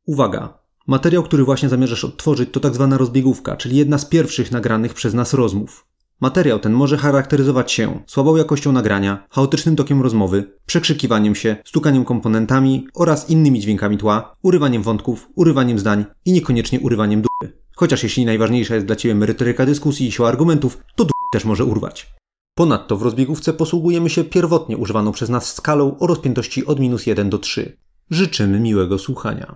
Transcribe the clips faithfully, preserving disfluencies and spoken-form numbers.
Uwaga! Materiał, który właśnie zamierzasz odtworzyć, to tak zwana rozbiegówka, czyli jedna z pierwszych nagranych przez nas rozmów. Materiał ten może charakteryzować się słabą jakością nagrania, chaotycznym tokiem rozmowy, przekrzykiwaniem się, stukaniem komponentami oraz innymi dźwiękami tła, urywaniem wątków, urywaniem zdań i niekoniecznie urywaniem dupy. Chociaż jeśli najważniejsza jest dla Ciebie merytoryka dyskusji i siła argumentów, to dupy też może urwać. Ponadto w rozbiegówce posługujemy się pierwotnie używaną przez nas skalą o rozpiętości od minus jeden do trzech. Życzymy miłego słuchania.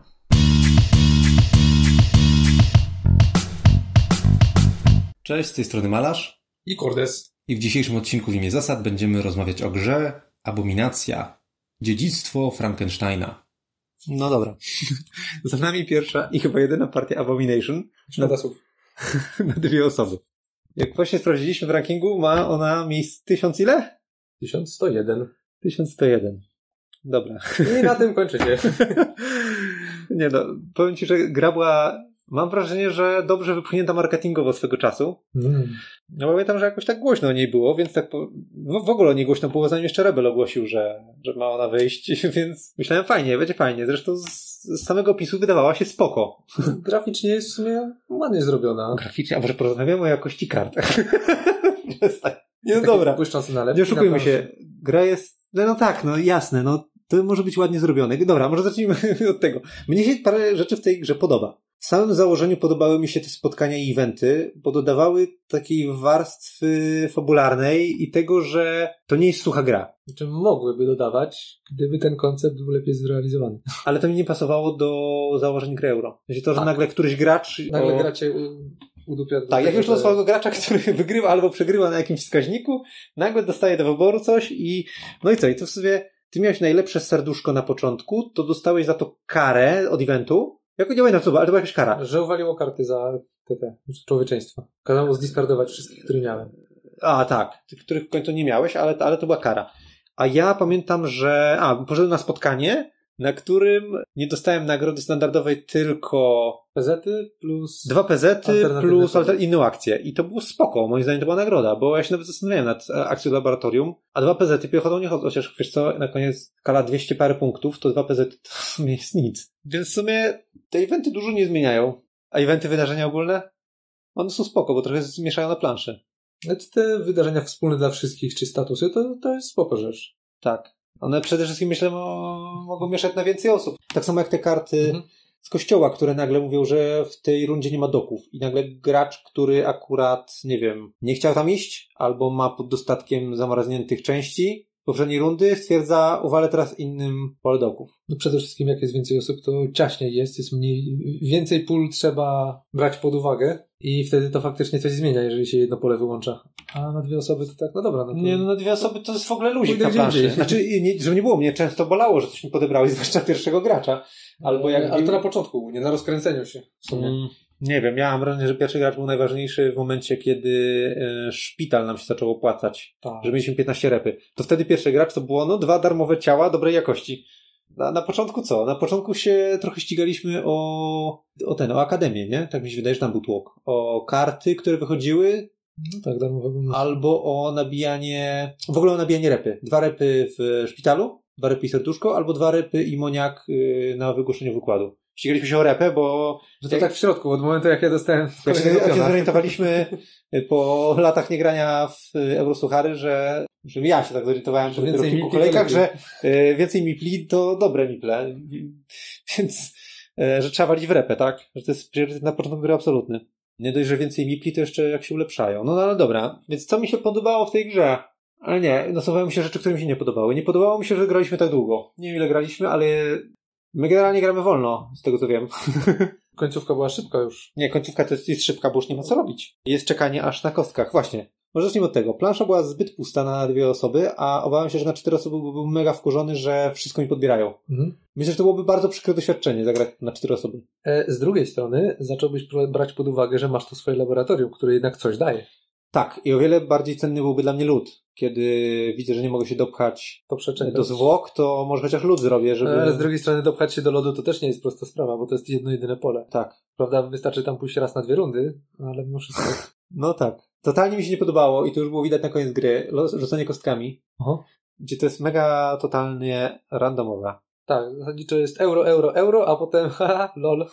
Cześć, z tej strony Malarz i Kordes. I w dzisiejszym odcinku w imię zasad będziemy rozmawiać o grze Abominacja. Dziedzictwo Frankensteina. No dobra. Za nami pierwsza i chyba jedyna partia Abomination. Szkoda słów. Na dwie osoby. Jak właśnie sprawdziliśmy w rankingu, ma ona miejsce tysiąc ile? tysiąc sto jeden. tysiąc sto jeden. Dobra. I na tym kończycie. Nie no, powiem Ci, że gra była... Mam wrażenie, że dobrze wypchnięta marketingowo swego czasu. Mm. No pamiętam, że jakoś tak głośno o niej było, więc tak po... w ogóle o niej głośno było, zanim jeszcze Rebel ogłosił, że, że ma ona wyjść, więc myślałem fajnie, będzie fajnie. Zresztą z, z samego opisu wydawała się spoko. Graficznie jest w sumie ładnie zrobiona. Graficznie, a może porozmawiamy o jakości kart. Nie, no dobra. Nie oszukujmy się. Gra jest, no, no tak, no jasne, no to może być ładnie zrobione. Dobra, może zacznijmy od tego. Mnie się parę rzeczy w tej grze podoba. W samym założeniu podobały mi się te spotkania i eventy, bo dodawały takiej warstwy fabularnej i tego, że to nie jest sucha gra. Znaczy mogłyby dodawać, gdyby ten koncept był lepiej zrealizowany. Ale to mi nie pasowało do założeń gry euro. Znaczy to, że tak. nagle któryś gracz... Nagle o... gracie udupia... Tak, jak już to swojego gracza, który wygrywa albo przegrywa na jakimś wskaźniku, nagle dostaje do wyboru coś i... No i co? I to w sobie... Ty miałeś najlepsze serduszko na początku, to dostałeś za to karę od eventu. Jako nie pamiętam co, ale to była jakaś kara. Że uwaliło karty za te, te człowieczeństwo. Kazało zdiskardować wszystkich, które miałem. A, tak. Tych, których w końcu nie miałeś, ale, ale to była kara. A ja pamiętam, że... A, poszedłem na spotkanie, na którym nie dostałem nagrody standardowej, tylko... Pezety plus... Dwa pezety plus alter... inną akcję. I to było spoko. Moim zdaniem to była nagroda, bo ja się nawet zastanawiałem nad akcją laboratorium, a dwa pezety piechotą nie chodzą. Chociaż wiesz co, na koniec skala dwieście parę punktów, to dwa pezety to w sumie jest nic. Więc w sumie te eventy dużo nie zmieniają. A eventy, wydarzenia ogólne? One są spoko, bo trochę zmieszają na planszy. Znaczy te wydarzenia wspólne dla wszystkich, czy statusy, to, to jest spoko rzecz. Tak. One przede wszystkim, myślę, mo- mogą mieszać na więcej osób. Tak samo jak te karty mhm. z kościoła, które nagle mówią, że w tej rundzie nie ma doków. I nagle gracz, który akurat, nie wiem, nie chciał tam iść, albo ma pod dostatkiem zamarzniętych części poprzedniej rundy, stwierdza, uwalę teraz innym pole doków. No przede wszystkim, jak jest więcej osób, to ciaśniej jest, jest mniej, więcej pól trzeba brać pod uwagę i wtedy to faktycznie coś zmienia, jeżeli się jedno pole wyłącza. A na dwie osoby to tak, no dobra. No to... Nie, no na dwie osoby to jest w ogóle luzik na planszy. Znaczy, nie, żeby nie było, mnie często bolało, że coś mi podebrałeś, zwłaszcza pierwszego gracza. Albo jak... Ale to na początku, nie na rozkręceniu się w sumie. Mm, nie wiem, ja mam wrażenie, że pierwszy gracz był najważniejszy w momencie, kiedy e, szpital nam się zaczął opłacać. Tak. Że mieliśmy piętnaście repy. To wtedy pierwszy gracz to było, no, dwa darmowe ciała dobrej jakości. Na, na początku co? Na początku się trochę ścigaliśmy o, o ten, o akademię, nie? Tak mi się wydaje, że tam był tłok. O karty, które wychodziły. No tak, darmowe bonusy. Albo o nabijanie, w ogóle o nabijanie repy. Dwa repy w szpitalu, dwa repy i serduszko, albo dwa repy i moniak yy, na wygłoszeniu wykładu. Ścigaliśmy się o repę, bo... Że to jak, tak w środku, od momentu jak ja dostałem... Jak się, jak się zorientowaliśmy po latach niegrania w Eurosuchary, że, że ja się tak zorientowałem po kilku kolejkach, że yy, więcej mipli to dobre miple. Więc, yy, że trzeba walić w repę, tak? Że to jest priorytet na początku gry absolutny. Nie dość, że więcej mipli, to jeszcze jak się ulepszają. No, no ale dobra. Więc co mi się podobało w tej grze? Ale nie, nasuwały mi się rzeczy, które mi się nie podobały. Nie podobało mi się, że graliśmy tak długo. Nie wiem, ile graliśmy, ale my generalnie gramy wolno, z tego co wiem. Końcówka była szybka już. Nie, końcówka to jest, jest szybka, bo już nie ma co robić. Jest czekanie aż na kostkach. Właśnie. Może zacznijmy od tego. Plansza była zbyt pusta na dwie osoby, a obawiam się, że na cztery osoby byłby mega wkurzony, że wszystko mi podbierają. Mhm. Myślę, że to byłoby bardzo przykre doświadczenie zagrać na cztery osoby. E, z drugiej strony zacząłbyś brać pod uwagę, że masz to swoje laboratorium, które jednak coś daje. Tak, i o wiele bardziej cenny byłby dla mnie lód. Kiedy widzę, że nie mogę się dopchać do zwłok, to może chociaż lód zrobię, żeby... Ale z drugiej strony dopchać się do lodu to też nie jest prosta sprawa, bo to jest jedno jedyne pole. Tak. Prawda? Wystarczy tam pójść raz na dwie rundy, ale mimo wszystko... No tak. Totalnie mi się nie podobało i to już było widać na koniec gry. Rzucanie kostkami. Aha. Gdzie to jest mega totalnie randomowe. Tak, zasadniczo jest euro, euro, euro, a potem haha, lol.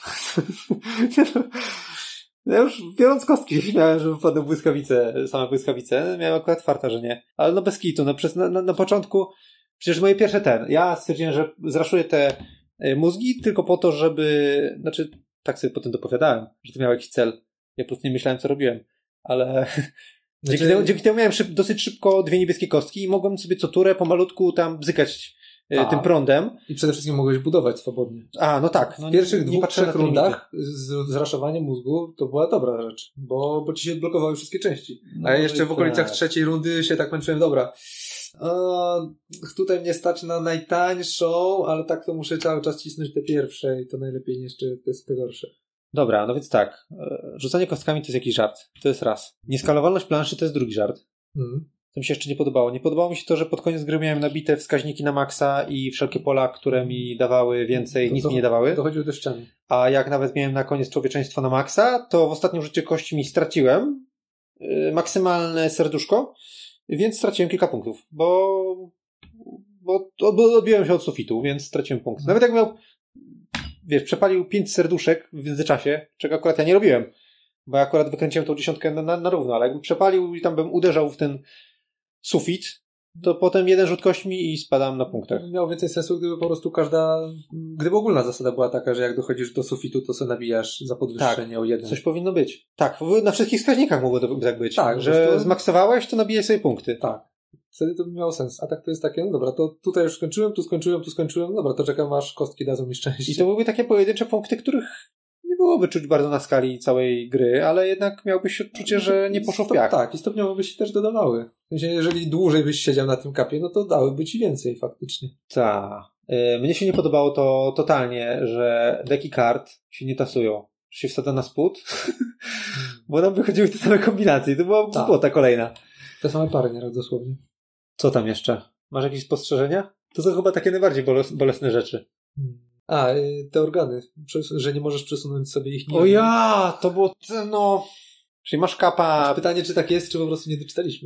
Ja już biorąc kostki się śmiałem, że wypadły błyskawice, same błyskawice. Miałem akurat farta, że nie. Ale no bez kitu, no przez, na, na, na początku, przecież moje pierwsze ten, ja stwierdziłem, że zraszuję te mózgi tylko po to, żeby, znaczy tak sobie potem dopowiadałem, że to miał jakiś cel. Ja po prostu nie myślałem, co robiłem. Ale znaczy... dzięki, temu, dzięki temu miałem szyb, dosyć szybko dwie niebieskie kostki i mogłem sobie co turę pomalutku tam bzykać A, tym prądem. I przede wszystkim mogłeś budować swobodnie. A, no tak. No w pierwszych nie, dwóch, nie trzech rundach z zraszowaniem mózgu to była dobra rzecz, bo, bo ci się odblokowały wszystkie części. No, a ja jeszcze w okolicach tak. trzeciej rundy się tak męczyłem, dobra, o, tutaj mnie stać na najtańszą, ale tak to muszę cały czas cisnąć te pierwsze i to najlepiej jeszcze to jest te gorsze. Dobra, no więc tak. Rzucanie kostkami to jest jakiś żart. To jest raz. Nieskalowalność planszy to jest drugi żart. Mhm. To mi się jeszcze nie podobało. Nie podobało mi się to, że pod koniec gry miałem nabite wskaźniki na maksa i wszelkie pola, które mi dawały więcej, to, nic to, mi nie dawały. Dochodziło do ściany. A jak nawet miałem na koniec człowieczeństwo na maksa, to w ostatnim rzucie kości mi straciłem yy, maksymalne serduszko, więc straciłem kilka punktów, bo, bo, bo odbiłem się od sufitu, więc straciłem punkt. Nawet jak miał, wiesz, przepalił pięć serduszek w międzyczasie, czego akurat ja nie robiłem, bo ja akurat wykręciłem tą dziesiątkę na, na, na równo, ale jakbym przepalił i tam bym uderzał w ten sufit, to potem jeden rzut kośćmi i spadam na punktach. Miało więcej sensu, gdyby po prostu każda, gdyby ogólna zasada była taka, że jak dochodzisz do sufitu, to sobie nabijasz za podwyższenie tak, o jeden. Coś powinno być. Tak, na wszystkich wskaźnikach mogło to tak być. Tak, że to... zmaksowałeś, to nabijaj sobie punkty. Tak. Wtedy to by miało sens. A tak to jest takie, no dobra, to tutaj już skończyłem, tu skończyłem, tu skończyłem, dobra, to czekam aż kostki dadzą mi szczęście. I to byłyby takie pojedyncze punkty, których nie byłoby czuć bardzo na skali całej gry, ale jednak miałbyś odczucie, że nie poszło w piach. Tak, i stopniowo by się też dodawały. W sensie, jeżeli dłużej byś siedział na tym kapie, no to dałyby ci więcej faktycznie. Tak. Yy, mnie się nie podobało to totalnie, że deki kart się nie tasują. Że się wsadza na spód, bo nam wychodziły te same kombinacje. To była głupota kolejna. Te same pary nieraz dosłownie. Co tam jeszcze? Masz jakieś spostrzeżenia? To są chyba takie najbardziej boles- bolesne rzeczy. Hmm. A, te organy, że nie możesz przesunąć sobie ich. Nie o ja, to było, no... Czyli masz kapa... Pytanie, czy tak jest, czy po prostu nie doczytaliśmy.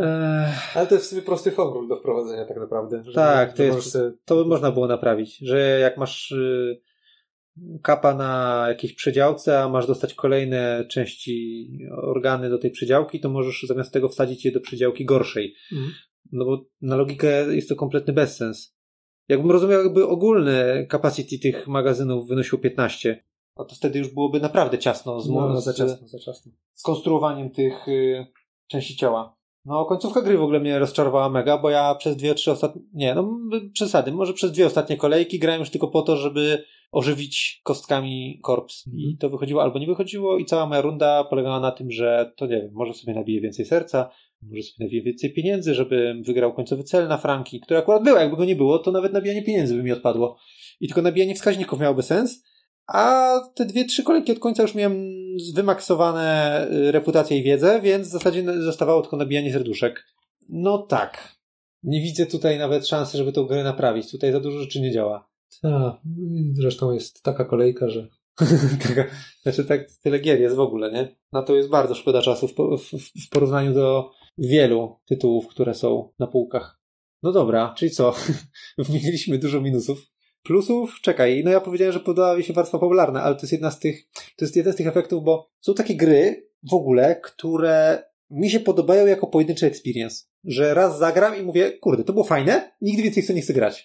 Ale to jest w sumie prosty home rule do wprowadzenia tak naprawdę. Że tak, to, nie jest, sobie... to by można było naprawić, że jak masz y, kapa na jakiejś przedziałce, a masz dostać kolejne części, organy do tej przedziałki, to możesz zamiast tego wsadzić je do przedziałki gorszej. Mhm. No bo na logikę jest to kompletny bezsens. Jakbym rozumiał, jakby ogólne capacity tych magazynów wynosiło piętnaście, a to wtedy już byłoby naprawdę ciasno z, no, z, za ciasno, za ciasno. z konstruowaniem tych y, części ciała. No, końcówka gry w ogóle mnie rozczarowała mega, bo ja przez dwie, trzy ostatnie, nie, no przesady, może przez dwie ostatnie kolejki grałem już tylko po to, żeby ożywić kostkami korps. Mm. I to wychodziło albo nie wychodziło i cała moja runda polegała na tym, że to nie wiem, może sobie nabiję więcej serca, może sobie nabiję więcej pieniędzy, żebym wygrał końcowy cel na franki, który akurat był, jakby go nie było, to nawet nabijanie pieniędzy by mi odpadło. I tylko nabijanie wskaźników miałoby sens. A te dwie, trzy kolejki od końca już miałem wymaksowane reputację i wiedzę, więc w zasadzie zostawało tylko nabijanie serduszek. No tak. Nie widzę tutaj nawet szansy, żeby tą grę naprawić. Tutaj za dużo rzeczy nie działa. Tak. Zresztą jest taka kolejka, że... taka, znaczy tak tyle gier jest w ogóle, nie? Na to jest bardzo szkoda czasu w, w, w porównaniu do wielu tytułów, które są na półkach. No dobra, czyli co? Wymieniliśmy dużo minusów. Plusów? Czekaj, no ja powiedziałem, że podoba mi się warstwa popularna, ale to jest jedna z tych, to jest jeden z tych efektów, bo są takie gry w ogóle, które mi się podobają jako pojedynczy experience. Że raz zagram i mówię, kurde, to było fajne, nigdy więcej w to nie chcę grać.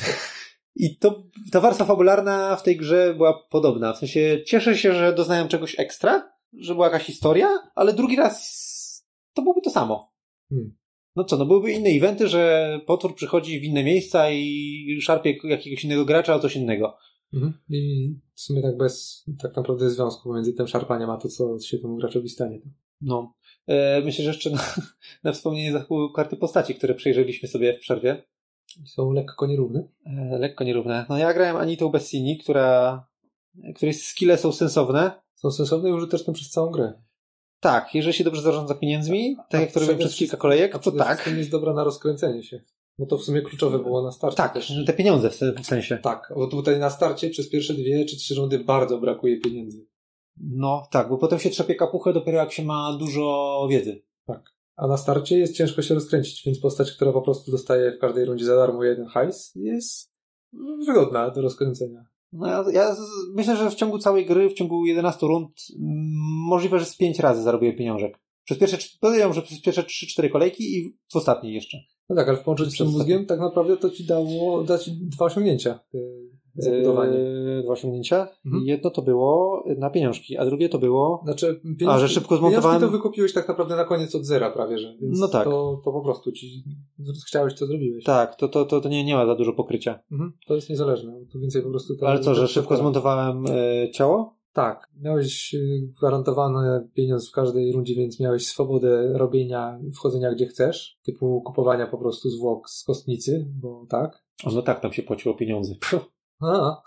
I to, ta warstwa fabularna w tej grze była podobna. W sensie cieszę się, że doznałem czegoś ekstra, że była jakaś historia, ale drugi raz to byłoby to samo. Hmm. No co, no byłyby inne eventy, że potwór przychodzi w inne miejsca i szarpie jakiegoś innego gracza o coś innego. Mhm. I w sumie tak bez tak naprawdę związku między tym szarpaniem a to, co się temu graczowi stanie. No. E, myślę, że jeszcze na, na wspomnienie zachowały karty postaci, które przejrzeliśmy sobie w przerwie. Są lekko nierówne? E, lekko nierówne. No ja grałem Anitą Bessini, która, której skille są sensowne. Są sensowne i użyteczne przez całą grę. Tak, jeżeli się dobrze zarządza pieniędzmi, tak jak to robię przez kilka kolejek, a to tak. To jest dobra na rozkręcenie się. Bo to w sumie kluczowe było na starcie. Tak, też. Te pieniądze w sensie. Tak, bo tutaj na starcie przez pierwsze dwie czy trzy rundy bardzo brakuje pieniędzy. No tak, bo potem się trzepie kapuchę dopiero jak się ma dużo wiedzy. Tak. A na starcie jest ciężko się rozkręcić, więc postać, która po prostu dostaje w każdej rundzie za darmo jeden hajs, jest wygodna do rozkręcenia. No ja, ja z, myślę, że w ciągu całej gry, w ciągu jedenastu rund m, możliwe, że z pięć razy zarobię pieniążek. Przez pierwsze, powiedziałem, że przez pierwsze trzy cztery kolejki i w ostatniej jeszcze. No tak, ale w połączeniu z tym mózgiem tak naprawdę to ci dało da ci dwa osiągnięcia. Zabudowanie. Yy, dwa osiągnięcia. Mhm. Jedno to było na pieniążki, a drugie to było... Znaczy, pieniążki, a, że szybko zmontowałem... pieniążki to wykupiłeś tak naprawdę na koniec od zera prawie, że. Więc no tak. To, to po prostu ci chciałeś, to zrobiłeś. Tak, to, to, to, to nie, nie ma za dużo pokrycia. Mhm. To jest niezależne. Tu więcej po prostu... Ale co, że szybko zmontowałem y, ciało? Tak. Miałeś gwarantowany pieniądz w każdej rundzie, więc miałeś swobodę robienia, wchodzenia gdzie chcesz. Typu kupowania po prostu zwłok z kostnicy, bo tak. O, no tak, tam się płaciło pieniądze. A,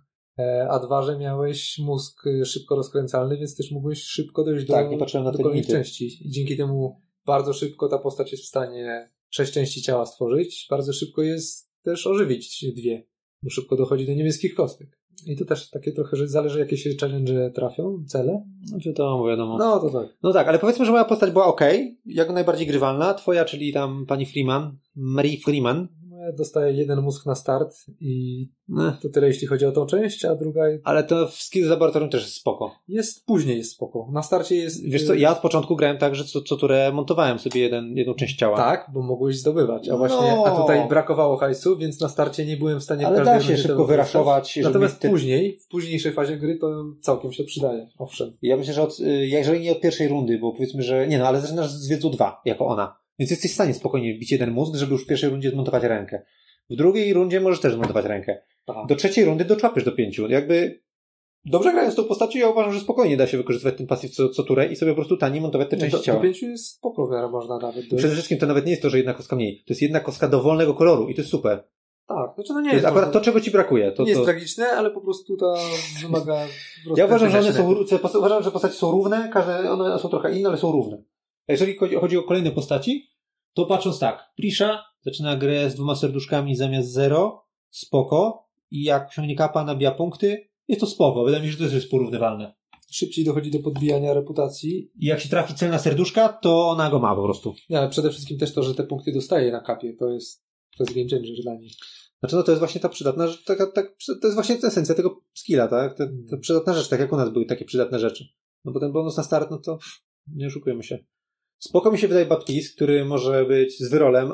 a dwa, że miałeś mózg szybko rozkręcalny, więc też mogłeś szybko dojść do, tak, nie patrzyłem na do te kolejnych limity. części. I dzięki temu bardzo szybko ta postać jest w stanie sześć części ciała stworzyć. Bardzo szybko jest też ożywić dwie, bo szybko dochodzi do niebieskich kostek. I to też takie trochę, że zależy jakie się challenge trafią, cele. No wiadomo, wiadomo. No to tak. No tak, ale powiedzmy, że moja postać była okej, jak najbardziej grywalna. Twoja, czyli tam pani Freeman, Mary Freeman. Ja dostaję jeden mózg na start i Ech. to tyle jeśli chodzi o tą część, a druga Ale to w Skills Laboratorium też jest spoko. jest później jest spoko. Na starcie jest... Wiesz co, ja od początku grałem tak, że co, co turę montowałem sobie jeden, jedną część ciała. Tak, bo mogłeś zdobywać, a No. właśnie, a tutaj brakowało hajsu, więc na starcie nie byłem w stanie Ale w każdej da się rundzie szybko tego wyraszować. wykorzystać. Natomiast żeby później, w późniejszej fazie gry to całkiem się przydaje, owszem. Ja myślę, że od, y, jeżeli nie od pierwszej rundy, bo powiedzmy, że nie no, ale zaczynasz z wiedzu dwa, jako ona. Więc jesteś w stanie spokojnie wbić jeden mózg, żeby już w pierwszej rundzie zmontować rękę. W drugiej rundzie możesz też zmontować rękę. Aha. Do trzeciej rundy doczapiesz do pięciu. Jakby dobrze grając tą postacią, ja uważam, że spokojnie da się wykorzystywać ten pasyw co, co turę i sobie po prostu taniej montować te Nie, części do, ciała. do pięciu jest spoko, w miarę można nawet dojść. Przede wszystkim to nawet nie jest to, że jedna kostka mniej. To jest jedna kostka dowolnego koloru i to jest super. Tak, znaczy no nie To jest jest akurat może- to, czego ci brakuje. To, nie jest to... tragiczne, ale po prostu to wymaga... Ja uważam, że one rozkręcenia się są, uważam, że postaci są równe, każde, one są trochę inne, ale są równe. A jeżeli chodzi- chodzi o kolejne postaci, to patrząc tak, Prisha zaczyna grę z dwoma serduszkami zamiast zero, spoko, i jak osiągnie kapa, nabija punkty, jest to spoko, wydaje mi się, że to jest porównywalne. Szybciej dochodzi do podbijania reputacji. I jak się trafi cel na serduszka, to ona go ma po prostu. Nie, ale przede wszystkim też to, że te punkty dostaje na kapie, to jest, to jest game changer dla niej. Znaczy, no to jest właśnie ta przydatna rzecz, taka, tak, to jest właśnie esencja tego skilla, tak? Ta, ta przydatna rzecz, tak jak u nas były takie przydatne rzeczy. No bo ten bonus na start, no to pff, nie oszukujemy się. Spoko mi się wydaje Baptiste, który może być z wyrolem,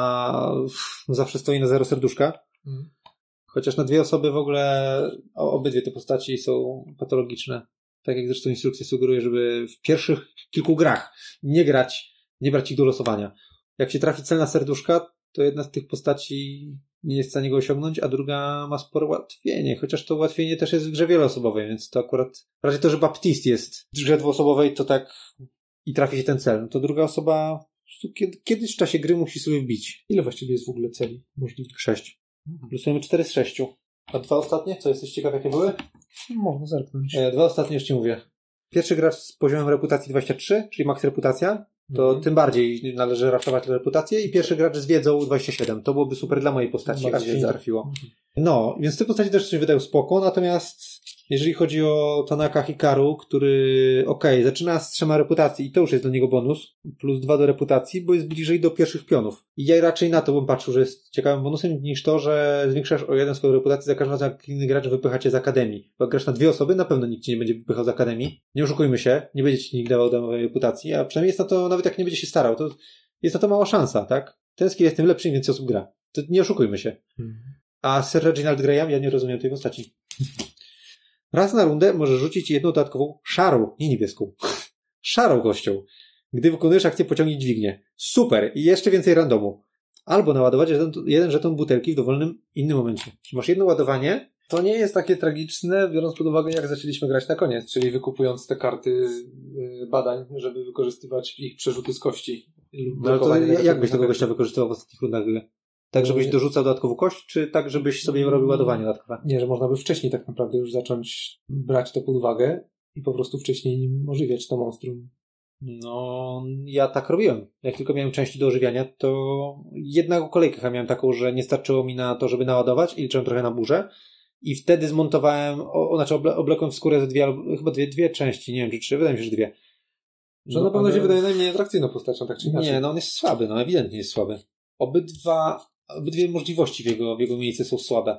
a pff, zawsze stoi na zero serduszka. Mm. Chociaż na dwie osoby w ogóle o, obydwie te postaci są patologiczne. Tak jak zresztą instrukcja sugeruje, żeby w pierwszych kilku grach nie grać, nie brać ich do losowania. Jak się trafi cel na serduszka, to jedna z tych postaci nie jest w stanie go osiągnąć, a druga ma spore ułatwienie. Chociaż to ułatwienie też jest w grze wieloosobowej, więc to akurat raczej to, że Baptiste jest w grze dwuosobowej, to tak i trafi się ten cel. No to druga osoba po prostu kiedy, kiedyś w czasie gry musi sobie wbić. Ile właściwie jest w ogóle celi możliwych? Sześć. Losujemy cztery z sześciu. A dwa ostatnie? Co, jesteś ciekaw jakie były? Można zerknąć. E, dwa ostatnie już ci mówię. Pierwszy gracz z poziomem reputacji dwadzieścia trzy, czyli max reputacja, to Mhm. tym bardziej należy raszować reputację i pierwszy gracz z wiedzą dwadzieścia siedem. To byłoby super dla mojej postaci, a Bardziej się nie wiedza. trafiło. Mhm. No, więc te postaci też się wydają spoko, natomiast jeżeli chodzi o Tanaka Hikaru, który okej, okay, zaczyna z trzema reputacji i to już jest dla niego bonus, plus dwa do reputacji, bo jest bliżej do pierwszych pionów. I ja raczej na to bym patrzył, że jest ciekawym bonusem niż to, że zwiększasz o jeden swoją reputację za każdym razem, jak inny gracz wypycha cię z akademii. Bo jak grasz na dwie osoby, na pewno nikt cię nie będzie wypychał z akademii. Nie oszukujmy się, nie będzie ci nikt dawał darmowej reputacji, a przynajmniej jest na to, nawet jak nie będzie się starał, to jest na to mała szansa, tak? Ten skill jest tym lepszy, im więcej osób gra. To nie oszukujmy się. Mhm. A Sir Reginald Graham, ja nie rozumiem tej postaci. Raz na rundę możesz rzucić jedną dodatkową szarą, nie niebieską. Szarą kością. Gdy wykonujesz akcję pociągnij dźwignię. Super! I jeszcze więcej randomu. Albo naładować jeden, jeden żeton butelki w dowolnym innym momencie. Czyli masz jedno ładowanie. To nie jest takie tragiczne, biorąc pod uwagę, jak zaczęliśmy grać na koniec, czyli wykupując te karty y, badań, żeby wykorzystywać ich przerzuty z kości. lub No ale to blokowanie jak negatywnych byś tego efektów. gościa wykorzystywał w ostatnich rundach gry? Tak, żebyś dorzucał dodatkową kość, czy tak, żebyś sobie robił ładowanie dodatkowe? Nie, że można by wcześniej tak naprawdę już zacząć brać to pod uwagę i po prostu wcześniej nim ożywiać to monstrum. No, ja tak robiłem. Jak tylko miałem części do ożywiania, to jedną kolejkę miałem taką, że nie starczyło mi na to, żeby naładować i liczyłem trochę na burzę. I wtedy zmontowałem, o, o, znaczy oble, oblekłem w skórę ze dwie, albo chyba dwie, dwie części, nie wiem czy trzy, wydaje mi się, że dwie. Że No, na pewno ale- się wydaje najmniej atrakcyjną postacią, tak czy inaczej. Nie, no on jest słaby, no ewidentnie jest słaby. Obydwa, obydwie możliwości w jego, w jego miejsce są słabe.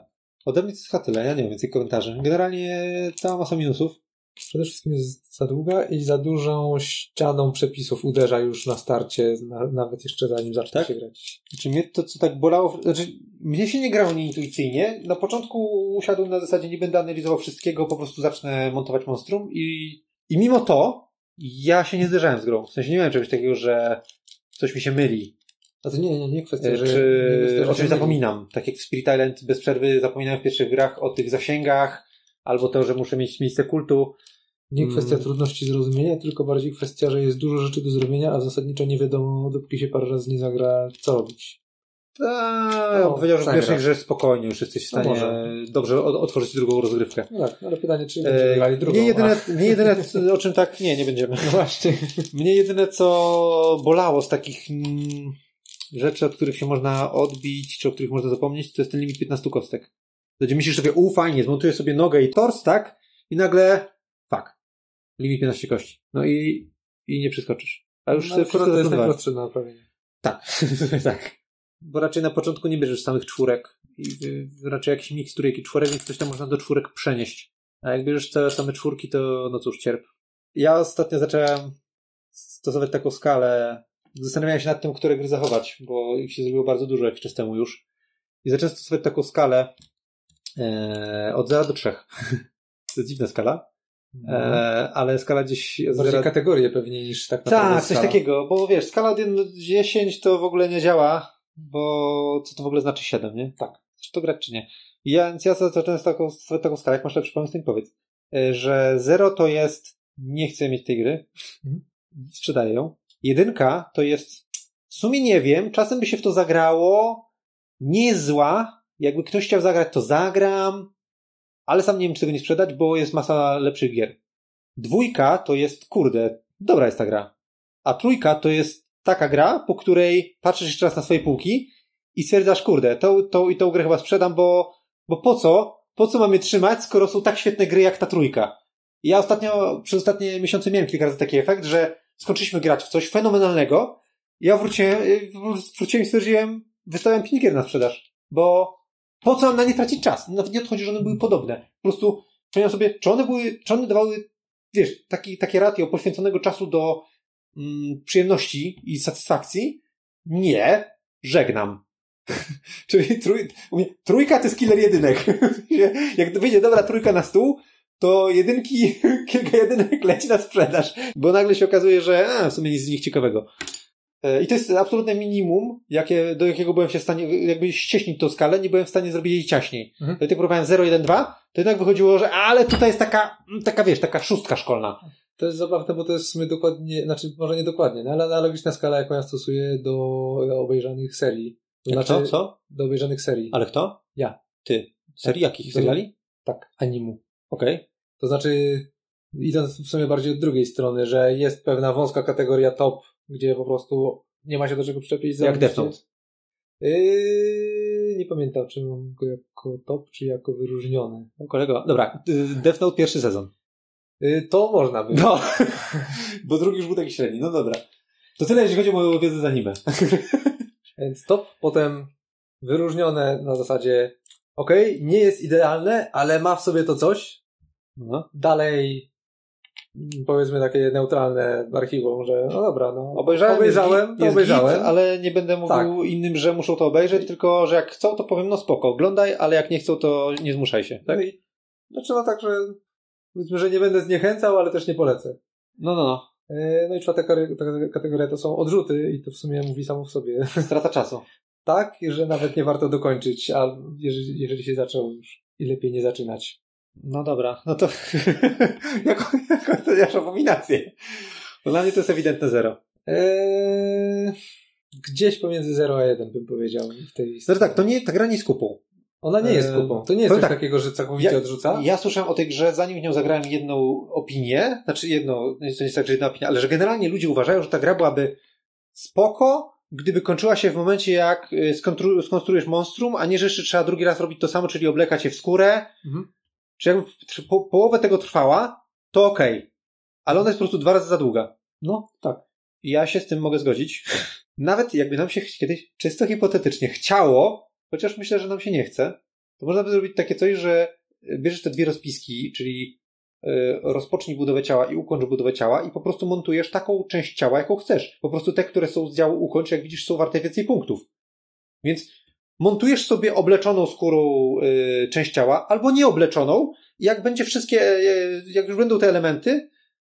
Ode mnie to jest chyba tyle, ja nie wiem więcej komentarzy. Generalnie cała masa minusów. Przede wszystkim jest za długa i za dużą ścianą przepisów uderza już na starcie, na, nawet jeszcze zanim zacznie tak? się grać. Znaczy mnie to, co tak bolało, znaczy mnie się nie grało nieintuicyjnie. Na początku usiadłem na zasadzie, nie będę analizował wszystkiego, po prostu zacznę montować monstrum i, i mimo to ja się nie zderzałem z grą. W sensie nie miałem czegoś takiego, że coś mi się myli. A to nie, nie, nie kwestia, Czy, że... Czy nie o czymś zapominam. Tak jak w Spirit Island bez przerwy zapominałem w pierwszych grach o tych zasięgach, albo to, że muszę mieć miejsce kultu. Nie kwestia hmm. trudności zrozumienia, tylko bardziej kwestia, że jest dużo rzeczy do zrobienia, a zasadniczo nie wiadomo, dopóki się parę razy nie zagra, co robić. Ta, no, powiedział, że w pierwszej grze spokojnie już jesteś w stanie no dobrze otworzyć drugą rozgrywkę. No tak, ale pytanie, czy będziemy grali drugą. Mnie jedyne, mnie jedyne, o czym tak, nie, nie będziemy. No właśnie. Mnie jedyne, co bolało z takich mm, rzeczy, od których się można odbić, czy o których można zapomnieć, to jest ten limit piętnastu kostek. Gdzie myślisz sobie, u, fajnie, zmontuję sobie nogę i tors, tak? I nagle, fuck. Limit piętnaście kości. No i, i nie przeskoczysz. A już no, wszystko to jest najprostsze na naprawienie. Tak, tak. Bo raczej na początku nie bierzesz samych czwórek. I raczej jakiś miks trójek i czwórek, więc coś tam można do czwórek przenieść. A jak bierzesz całe same czwórki, to no cóż, cierp. Ja ostatnio zacząłem stosować taką skalę. Zastanawiałem się nad tym, które gry zachować, bo ich się zrobiło bardzo dużo jakiś czas temu już. I zacząłem stosować taką skalę e, od zera do trzech. To jest dziwna skala. E, ale skala gdzieś... Bardziej zera... kategorie pewnie niż tak naprawdę Tak, coś skala. Takiego, bo wiesz, skala od jeden do dziesięć to w ogóle nie działa, bo co to w ogóle znaczy siedem, nie? Tak. Chcesz to grać czy nie? I ja, więc ja zacząłem z taką, z taką skalę, jak masz lepszy pomysł, to mi powiedz, że zero to jest nie chcę mieć tej gry, mhm. sprzedaję ją. Jedynka to jest w sumie nie wiem, czasem by się w to zagrało, nie jest zła, jakby ktoś chciał zagrać, to zagram, ale sam nie wiem, czy tego nie sprzedać, bo jest masa lepszych gier. Dwójka to jest, kurde, dobra jest ta gra. A trójka to jest taka gra, po której patrzysz jeszcze raz na swoje półki i stwierdzasz, kurde, tą, tą i tą grę chyba sprzedam, bo, bo po co? Po co mam je trzymać, skoro są tak świetne gry jak ta trójka? I ja ostatnio, przez ostatnie miesiące miałem kilka razy taki efekt, że skończyliśmy grać w coś fenomenalnego. Ja wróciłem, wróciłem i stwierdziłem, wystawiam pięć gier na sprzedaż, bo po co mam na nie tracić czas? Nawet nie odchodzi, że one były podobne. Po prostu pomyślałem sobie, czy one były, czy one dawały, wiesz, taki, takie ratio poświęconego czasu do mm, przyjemności i satysfakcji? Nie. Żegnam. Czyli trój, trójka to jest killer jedynek. Jak wyjdzie dobra trójka na stół, to jedynki, kilka jedynek leci na sprzedaż, bo nagle się okazuje, że a, w sumie nic z nich ciekawego. I to jest absolutne minimum, jakie, do jakiego byłem się w stanie, jakby ścieśnić tą skalę, nie byłem w stanie zrobić jej ciaśniej. Mhm. Jak próbowałem zero, jeden, dwa, to jednak wychodziło, że ale tutaj jest taka, taka wiesz, taka szóstka szkolna. To jest zabawne, bo to jest w sumie dokładnie, znaczy może nie dokładnie, no, ale analogiczna skala, jaką ja stosuję do obejrzanych serii. To Jak znaczy, to? Co? Do obejrzanych serii. Ale kto? Ja. Ty. Serii tak. jakich? Seriali? Tak, animu. Okej. Okay. To znaczy, idąc w sumie bardziej od drugiej strony, że jest pewna wąska kategoria top, gdzie po prostu nie ma się do czego przyczepić. Jak Death Note? Yy, nie pamiętam, czy mam go jako top, czy jako wyróżniony. O, kolego, dobra, Death Note pierwszy sezon. Yy, to można by. No, bo drugi już był taki średni, no dobra. To tyle, jeśli chodzi o moją wiedzę z anime. Więc top, potem wyróżnione na zasadzie okej, okay, nie jest idealne, ale ma w sobie to coś. No. Dalej powiedzmy takie neutralne archiwum, że no dobra, no obejrzałem, obejrzałem jest to jest obejrzałem. Git, ale nie będę mówił tak. innym, że muszą to obejrzeć, tylko że jak chcą, to powiem, no spoko, oglądaj, ale jak nie chcą, to nie zmuszaj się, tak? No i, znaczy no tak, że powiedzmy, że nie będę zniechęcał, ale też nie polecę. No, no, no. No i czwarta kategoria to są odrzuty i to w sumie mówi samo w sobie. Strata czasu. Tak, że nawet nie warto dokończyć, a jeżeli, jeżeli się zaczął już i lepiej nie zaczynać. No dobra, no to jak oceniasz abominację? Bo dla mnie to jest ewidentne zero. Eee, gdzieś pomiędzy zero a jeden bym powiedział w tej No tak, to nie, ta gra nie jest kupą. Ona nie jest kupą. To nie jest coś tak, takiego, że całkowicie ja, odrzuca. Ja słyszałem o tej grze, zanim w nią zagrałem jedną opinię, znaczy jedną, to nie jest tak, że jedna opinia, ale że generalnie ludzie uważają, że ta gra byłaby spoko, gdyby kończyła się w momencie, jak skontru, skonstruujesz monstrum, a nie, że jeszcze trzeba drugi raz robić to samo, czyli oblekać je w skórę. Mhm. Czy jakby po, połowę tego trwała, to okej. Okay. Ale ona jest po prostu dwa razy za długa. No, tak. Ja się z tym mogę zgodzić. Nawet jakby nam się kiedyś, czysto hipotetycznie, chciało, chociaż myślę, że nam się nie chce, to można by zrobić takie coś, że bierzesz te dwie rozpiski, czyli yy, rozpocznij budowę ciała i ukończ budowę ciała i po prostu montujesz taką część ciała, jaką chcesz. Po prostu te, które są z działu ukończ, jak widzisz, są warte więcej punktów. Więc montujesz sobie obleczoną skórą yy, część ciała, albo nieobleczoną i jak będzie wszystkie, yy, jak już będą te elementy,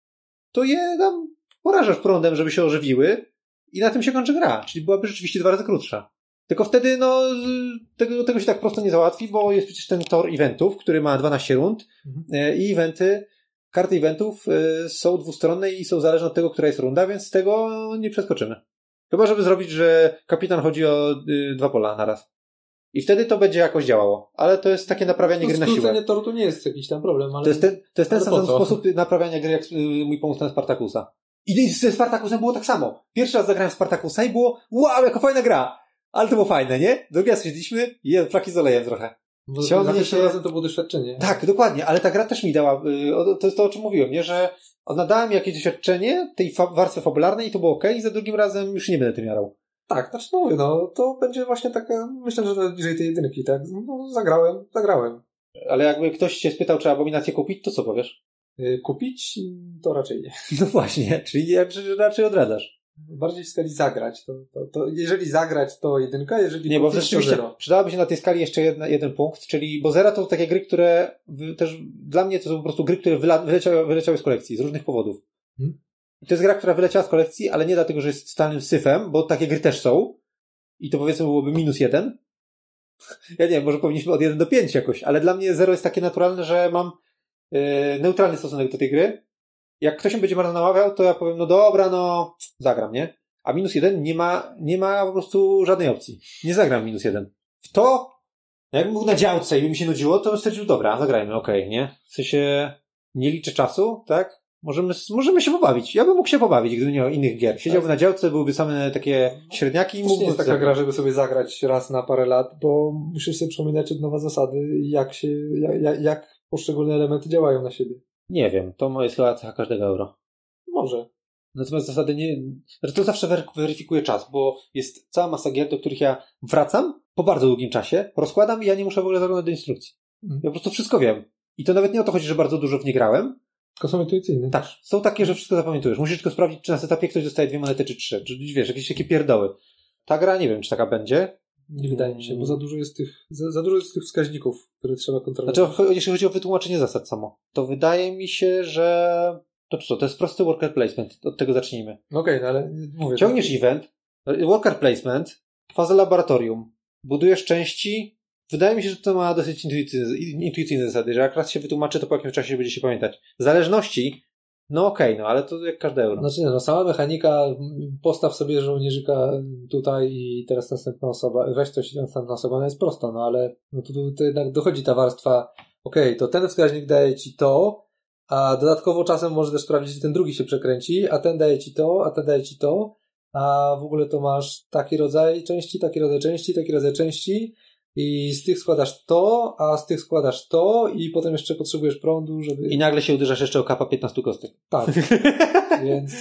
to je tam porażasz prądem, żeby się ożywiły i na tym się kończy gra. Czyli byłaby rzeczywiście dwa razy krótsza. Tylko wtedy, no, tego, tego się tak prosto nie załatwi, bo jest przecież ten tor eventów, który ma dwanaście rund mhm. i eventy, karty eventów są dwustronne i są zależne od tego, która jest runda, więc tego nie przeskoczymy. Chyba, żeby zrobić, że kapitan chodzi o y, dwa pola naraz. I wtedy to będzie jakoś działało. Ale to jest takie naprawianie no, gry na siłę. Skrócenie toru to nie jest jakiś tam problem. Ale... To jest ten, to jest ten sam po sposób naprawiania gry, jak y, mój pomysł na Spartakusa. I ze Spartakusem było tak samo. Pierwszy raz zagrałem w Spartakusa i było wow, jaka fajna gra. Ale to było fajne, nie? Drugi raz siedliśmy i je, flaki z olejem trochę. Ciągnie się... razem to było doświadczenie. Tak, dokładnie, ale ta gra też mi dała, y, to jest to, o czym mówiłem, nie? Że ona dała mi jakieś doświadczenie tej fa- warstwy fabularnej i to było okej, okay, i za drugim razem już nie będę tym jarał. Tak, znaczy no mówię, no to będzie właśnie taka, myślę, że bliżej tej jedynki, tak? No zagrałem, zagrałem. Ale jakby ktoś cię spytał, czy abominację kupić, to co powiesz? Yy, kupić? To raczej nie. No właśnie, czyli jak, raczej odradzasz. Bardziej w skali zagrać. To, to, to jeżeli zagrać, to jedynka, jeżeli nie, bo kupić, rzeczywiście to zero. Przydałaby się na tej skali jeszcze jedna, jeden punkt, czyli, bo zera to takie gry, które w, też dla mnie to są po prostu gry, które wyla, wyleciały, wyleciały z kolekcji, z różnych powodów. Hmm? To jest gra, która wyleciała z kolekcji, ale nie dlatego, że jest totalnym syfem, bo takie gry też są. I to powiedzmy byłoby minus jeden. Ja nie wiem, może powinniśmy od jeden do pięć jakoś, ale dla mnie zero jest takie naturalne, że mam yy, neutralny stosunek do tej gry. Jak ktoś mi będzie bardzo namawiał, to ja powiem, no dobra, no zagram, nie? A minus jeden nie ma, nie ma po prostu żadnej opcji. Nie zagram minus jeden. W to, jakbym był na działce i by mi się nudziło, to bym stwierdził, dobra, zagrajmy, okej, okay, nie? W sensie, nie liczę czasu, tak? Możemy, możemy się pobawić. Ja bym mógł się pobawić, gdyby nie miał innych gier. Siedziałbym na działce, byłyby same takie średniaki i mógłbym... To nie jest taka gra, żeby sobie zagrać raz na parę lat, bo musisz sobie przypominać od nowa zasady, jak się, jak, jak poszczególne elementy działają na siebie. Nie wiem, to jest chyba cecha każdego euro. Może. Natomiast zasady nie... To zawsze weryfikuje czas, bo jest cała masa gier, do których ja wracam po bardzo długim czasie, rozkładam i ja nie muszę w ogóle zaglądać do instrukcji. Mm. Ja po prostu wszystko wiem. I to nawet nie o to chodzi, że bardzo dużo w nie grałem. Tylko są intuicyjne. Tak, są takie, że wszystko zapamiętujesz. Musisz tylko sprawdzić, czy na setupie ktoś dostaje dwie monety, czy trzy. Czy wiesz, jakieś takie pierdoły. Ta gra, nie wiem, czy taka będzie. Nie wydaje mi się, bo za dużo jest tych, za, za dużo jest tych wskaźników, które trzeba kontrolować. Znaczy, jeśli chodzi o wytłumaczenie zasad samo, to wydaje mi się, że to co, to jest prosty worker placement. Od tego zacznijmy. Okej, okay, no ale mówię. Ciągniesz tak. Event, worker placement, fazę laboratorium, budujesz części. Wydaje mi się, że to ma dosyć intuicyjne, intuicyjne zasady, że jak raz się wytłumaczy, to po jakimś czasie będzie się pamiętać. Zależności, no okej, okay, no ale to jak każde euro. Znaczy nie, no sama mechanika, postaw sobie żołnierzyka tutaj i teraz następna osoba, weź coś i następna osoba, no jest prosta, no ale no to, to jednak dochodzi ta warstwa, okej, okay, to ten wskaźnik daje ci to, a dodatkowo czasem może też sprawdzić, że ten drugi się przekręci, a ten daje ci to, a ten daje ci to, a w ogóle to masz taki rodzaj części, taki rodzaj części, taki rodzaj części, i z tych składasz to, a z tych składasz to i potem jeszcze potrzebujesz prądu, żeby... I nagle się uderzasz jeszcze o kapa piętnaście kostek. Tak. Więc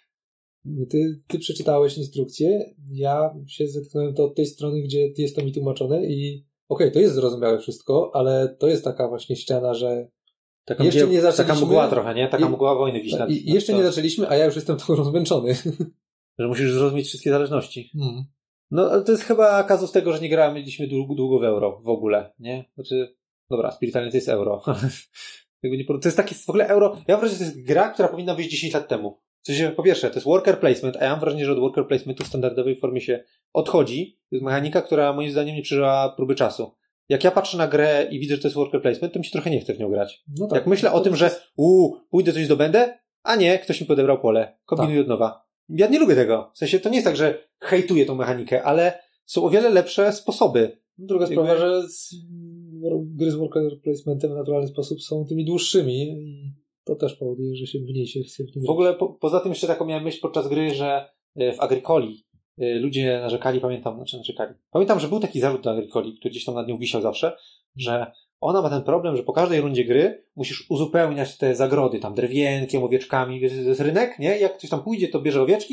ty, ty przeczytałeś instrukcję, ja się zetknąłem to od tej strony, gdzie jest to mi tłumaczone i okej, okay, to jest zrozumiałe wszystko, ale to jest taka właśnie ściana, że taka jeszcze mgła, nie zaczęliśmy... Taka mgła trochę, nie? Taka mgła wojny wiś nad, I jeszcze nie zaczęliśmy, a ja już jestem trochę rozmęczony. Że musisz zrozumieć wszystkie zależności. Hmm. No, ale to jest chyba kazus tego, że nie grałem, mieliśmy długo, długo w euro w ogóle, nie? Znaczy, dobra, Spiritalnie to jest euro. To jest takie w ogóle euro. Ja mam wrażenie, że to jest gra, która powinna wyjść dziesięć lat temu. W sensie, po pierwsze, to jest worker placement, a ja mam wrażenie, że od worker placementu w standardowej formie się odchodzi. To jest mechanika, która moim zdaniem nie przeżyła próby czasu. Jak ja patrzę na grę i widzę, że to jest worker placement, to mi się trochę nie chce w nią grać. No tak, jak myślę o tym, że uuu, pójdę coś zdobędę, a nie, ktoś mi podebrał pole. Kombinuję tak. Od nowa. Ja nie lubię tego. W sensie to nie jest tak, że hejtuję tą mechanikę, ale są o wiele lepsze sposoby. Druga sprawa, że z, gry z worker placementem w naturalny sposób są tymi dłuższymi i to też powoduje, że się mniej się chce w nim W ogóle po, poza tym jeszcze taką miałem myśl podczas gry, że w Agricoli ludzie narzekali, pamiętam, znaczy narzekali. Pamiętam, że był taki zarzut do Agricoli, który gdzieś tam nad nią wisiał zawsze, że ona ma ten problem, że po każdej rundzie gry musisz uzupełniać te zagrody tam drewienkiem, owieczkami, to jest rynek, nie? Jak ktoś tam pójdzie, to bierze owieczki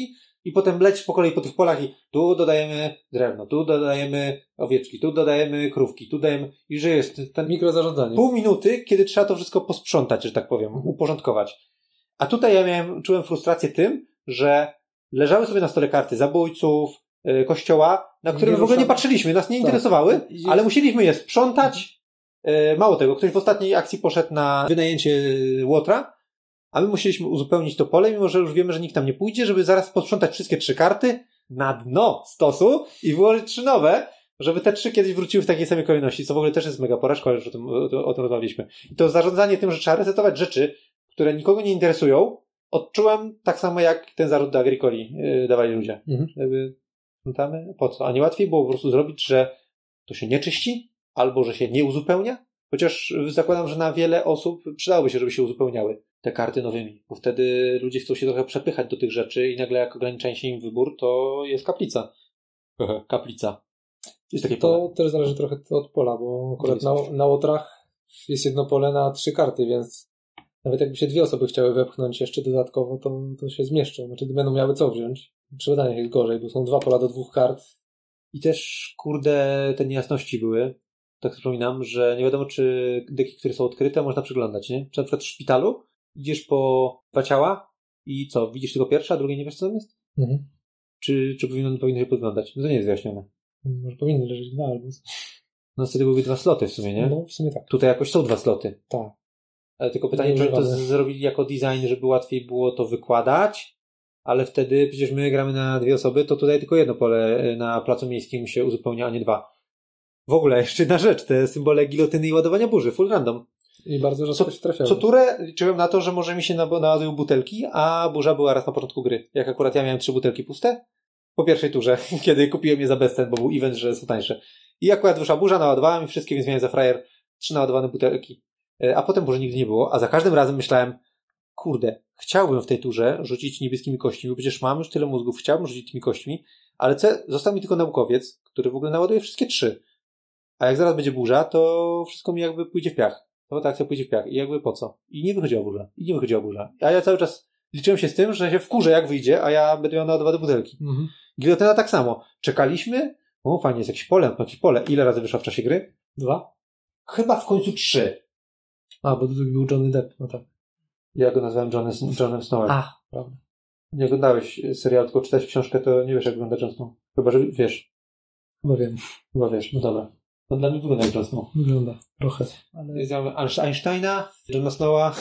i potem lecisz po kolei po tych polach i tu dodajemy drewno, tu dodajemy owieczki, tu dodajemy krówki, tu dajemy i że jest ten mikrozarządzanie. Pół minuty, kiedy trzeba to wszystko posprzątać, że tak powiem, uporządkować. A tutaj ja miałem, czułem frustrację tym, że leżały sobie na stole karty zabójców, yy, kościoła, na które my w ogóle nie patrzyliśmy, nas nie tak. interesowały, ale musieliśmy je sprzątać. Yy, mało tego, ktoś w ostatniej akcji poszedł na wynajęcie łotra, a my musieliśmy uzupełnić to pole, mimo że już wiemy, że nikt tam nie pójdzie, żeby zaraz posprzątać wszystkie trzy karty na dno stosu i wyłożyć trzy nowe, żeby te trzy kiedyś wróciły w takiej samej kolejności, co w ogóle też jest mega porażka, ale już o tym, o, o tym rozmawialiśmy. I to zarządzanie tym, że trzeba resetować rzeczy, które nikogo nie interesują, odczułem tak samo jak ten zarzut do Agricoli yy, dawali ludzie. Mhm. Jakby, pamiętamy? Po co? A nie łatwiej było po prostu zrobić, że to się nie czyści, albo że się nie uzupełnia? Chociaż zakładam, że na wiele osób przydałoby się, żeby się uzupełniały te karty nowymi, bo wtedy ludzie chcą się trochę przepychać do tych rzeczy i nagle jak ogranicza się im wybór, to jest kaplica. Kaplica. Jest takie to pole. też zależy trochę od pola, bo akurat na, na łotrach jest jedno pole na trzy karty, więc nawet jakby się dwie osoby chciały wepchnąć jeszcze dodatkowo, to, to się zmieszczą. Znaczy będą miały co wziąć. Przy badaniach jest gorzej, bo są dwa pola do dwóch kart. I też, kurde, te niejasności były. Tak wspominam, że nie wiadomo, czy deki, które są odkryte, można przyglądać, nie? Czy na przykład w szpitalu idziesz po dwa ciała i co, widzisz tylko pierwsze, a drugie nie wiesz, co tam jest? Mhm. Czy, czy powinno, powinno się podglądać? No to nie jest wyjaśnione. Może powinny leżeć dwa albo... No wtedy byłyby dwa sloty w sumie, nie? No, w sumie tak. Tutaj jakoś są dwa sloty. Tak. Ale tylko pytanie, czy oni to z- zrobili jako design, żeby łatwiej było to wykładać, ale wtedy przecież my gramy na dwie osoby, to tutaj tylko jedno pole na placu miejskim się uzupełnia, a nie dwa. W ogóle jeszcze jedna rzecz, te symbole gilotyny i ładowania burzy, full random. I bardzo rzadko się trafiały. Co turę liczyłem na to, że może mi się naładują butelki, a burza była raz na początku gry. Jak akurat ja miałem trzy butelki puste, po pierwszej turze, kiedy kupiłem je za bezcen, bo był event, że są tańsze. I akurat wyszła burza, naładowałem i wszystkie, więc miałem za frajer trzy naładowane butelki. A potem burzy nigdy nie było, a za każdym razem myślałem, kurde, chciałbym w tej turze rzucić niebieskimi kośćmi, bo przecież mam już tyle mózgów, chciałbym rzucić tymi kośćmi, ale co, został mi tylko naukowiec, który w ogóle naładuje wszystkie trzy. A jak zaraz będzie burza, to wszystko mi jakby pójdzie w piach. To ta akcja pójdzie w piach. I jakby po co? I nie wychodziła burza. I nie wychodziła burza. A ja cały czas liczyłem się z tym, że się wkurzę jak wyjdzie, a ja będę miał naładowane butelki. Mhm. Gilotyna tak samo. Czekaliśmy. O, fajnie, jest jakieś pole, jakieś pole. Ile razy wyszła w czasie gry? Dwa? Chyba w końcu trzy. A, bo drugi był Johnny Depp, no tak. Ja go nazwałem Johnem, Johnem Snowem. A, prawda. Nie oglądałeś serial, tylko czytałeś książkę, to nie wiesz, jak wygląda Jon Snow. Chyba, że wiesz. Chyba wiem. Chyba wiesz, no dobra. No dla mnie wygląda jak Jon Snow. Wygląda, trochę. Ale... Einsteina, Johna Snowa.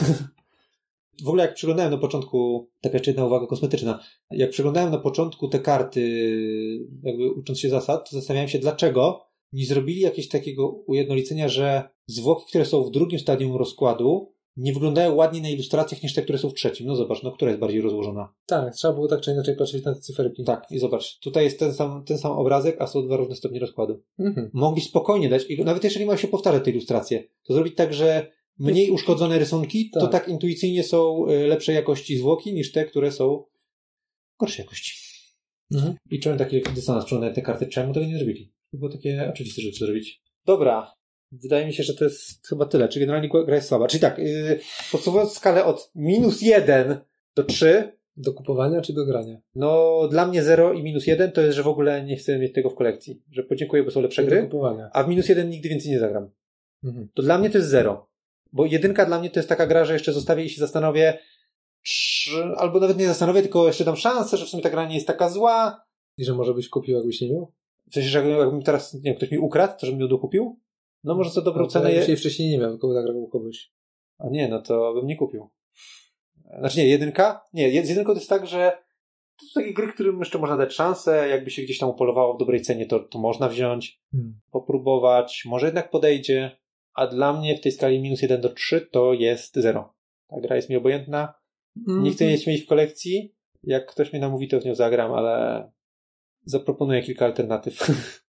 W ogóle jak przyglądałem na początku, taka jeszcze jedna uwaga kosmetyczna, jak przyglądałem na początku te karty, jakby ucząc się zasad, to zastanawiałem się, dlaczego nie zrobili jakiegoś takiego ujednolicenia, że zwłoki, które są w drugim stadium rozkładu, nie wyglądają ładniej na ilustracjach niż te, które są w trzecim. No zobacz, no która jest bardziej rozłożona? Tak, trzeba było tak czy inaczej patrzeć na te cyferki. Tak, i zobacz, tutaj jest ten sam, ten sam obrazek, a są dwa różne stopnie rozkładu. Mhm. Mogli spokojnie dać, i nawet jeżeli mają się powtarzać te ilustracje, to zrobić tak, że mniej uszkodzone rysunki, tak. To tak intuicyjnie są lepszej jakości zwłoki niż te, które są gorszej jakości. Mhm. I czułem taki dysonans, przyglądając te karty, czemu tego nie zrobili? To było takie oczywiste, żeby to zrobić. Dobra. Wydaje mi się, że to jest chyba tyle. Czy generalnie gra jest słaba. Czyli tak, yy, podsumowując skalę od minus jeden do trzy. Do kupowania czy do grania? No, dla mnie zero i minus jeden to jest, że w ogóle nie chcę mieć tego w kolekcji. Że podziękuję, bo są lepsze do gry. Kupowania. A w minus jeden nigdy więcej nie zagram. Mhm. To dla mnie to jest zero. Bo jedynka dla mnie to jest taka gra, że jeszcze zostawię i się zastanowię, czy, albo nawet nie zastanowię, tylko jeszcze dam szansę, że w sumie ta gra nie jest taka zła. I że może byś kupił, jakbyś nie miał? W sensie, że jakbym teraz, nie wiem, ktoś mi ukradł, to żebym ją dokupił? No może za dobrą no, cenę... Ja je... wcześniej nie miał, tylko tak gra kogoś. A nie, no to bym nie kupił. Znaczy nie, jedynka? Nie, z jedynką to jest tak, że to są takie gry, którym jeszcze można dać szansę, jakby się gdzieś tam upolowało w dobrej cenie, to, to można wziąć, hmm. popróbować, może jednak podejdzie, a dla mnie w tej skali minus jeden do trzy to jest zero. Ta gra jest mi obojętna, mm-hmm. nie chcę jej mieć w kolekcji, jak ktoś mnie namówi, to w nią zagram, ale zaproponuję kilka alternatyw,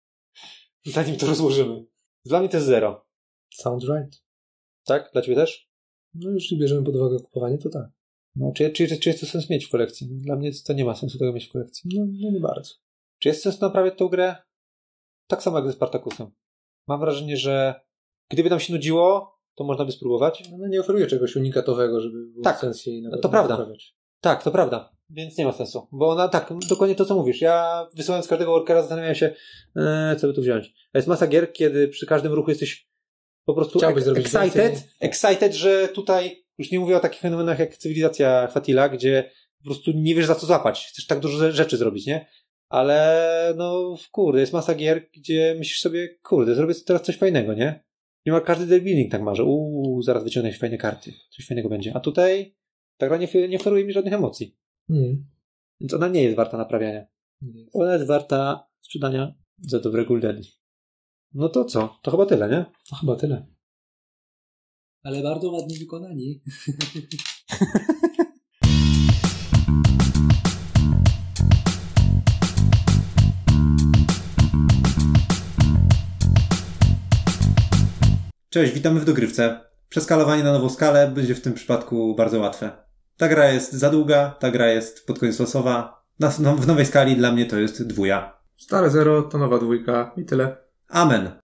zanim to rozłożymy. Dla mnie to jest zero. Sounds right. Tak? Dla ciebie też? No jeśli bierzemy pod uwagę kupowanie, to tak. No, czy, czy, czy jest to sens mieć w kolekcji? Dla mnie to nie ma sensu tego mieć w kolekcji. No, no nie bardzo. Czy jest sens naprawiać tą grę? Tak samo jak ze Spartacusem. Mam wrażenie, że gdyby nam się nudziło, to można by spróbować. No nie oferuje czegoś unikatowego, żeby był tak, sens jej to prawda. naprawiać. Tak, to prawda. Więc nie ma sensu. Bo ona, tak, dokładnie to, co mówisz. Ja wysyłając każdego workera zastanawiałem się, e, co by tu wziąć. A jest masa gier, kiedy przy każdym ruchu jesteś po prostu Chciałbyś ek- zrobić excited, więcej. excited, że tutaj, już nie mówię o takich fenomenach jak Cywilizacja Fatila, gdzie po prostu nie wiesz za co złapać. Chcesz tak dużo rzeczy zrobić, nie? Ale no, kurde, jest masa gier, gdzie myślisz sobie, kurde, zrobię teraz coś fajnego, nie? Nie ma każdy deck building tak ma, że uuu, zaraz wyciągnę jakieś fajne karty. Coś fajnego będzie. A tutaj ta gra nie, nie oferuje mi żadnych emocji. Hmm. Więc ona nie jest warta naprawiania. Nie. Ona jest warta sprzedania za dobre guldeny. No to co? To chyba tyle, nie? To chyba tyle. Ale bardzo ładnie wykonani. Cześć, witamy w dogrywce. Przeskalowanie na nową skalę będzie w tym przypadku bardzo łatwe. Ta gra jest za długa, ta gra jest pod koniec losowa. Na, w nowej skali dla mnie to jest dwuja. Stare zero to nowa dwójka i tyle. Amen.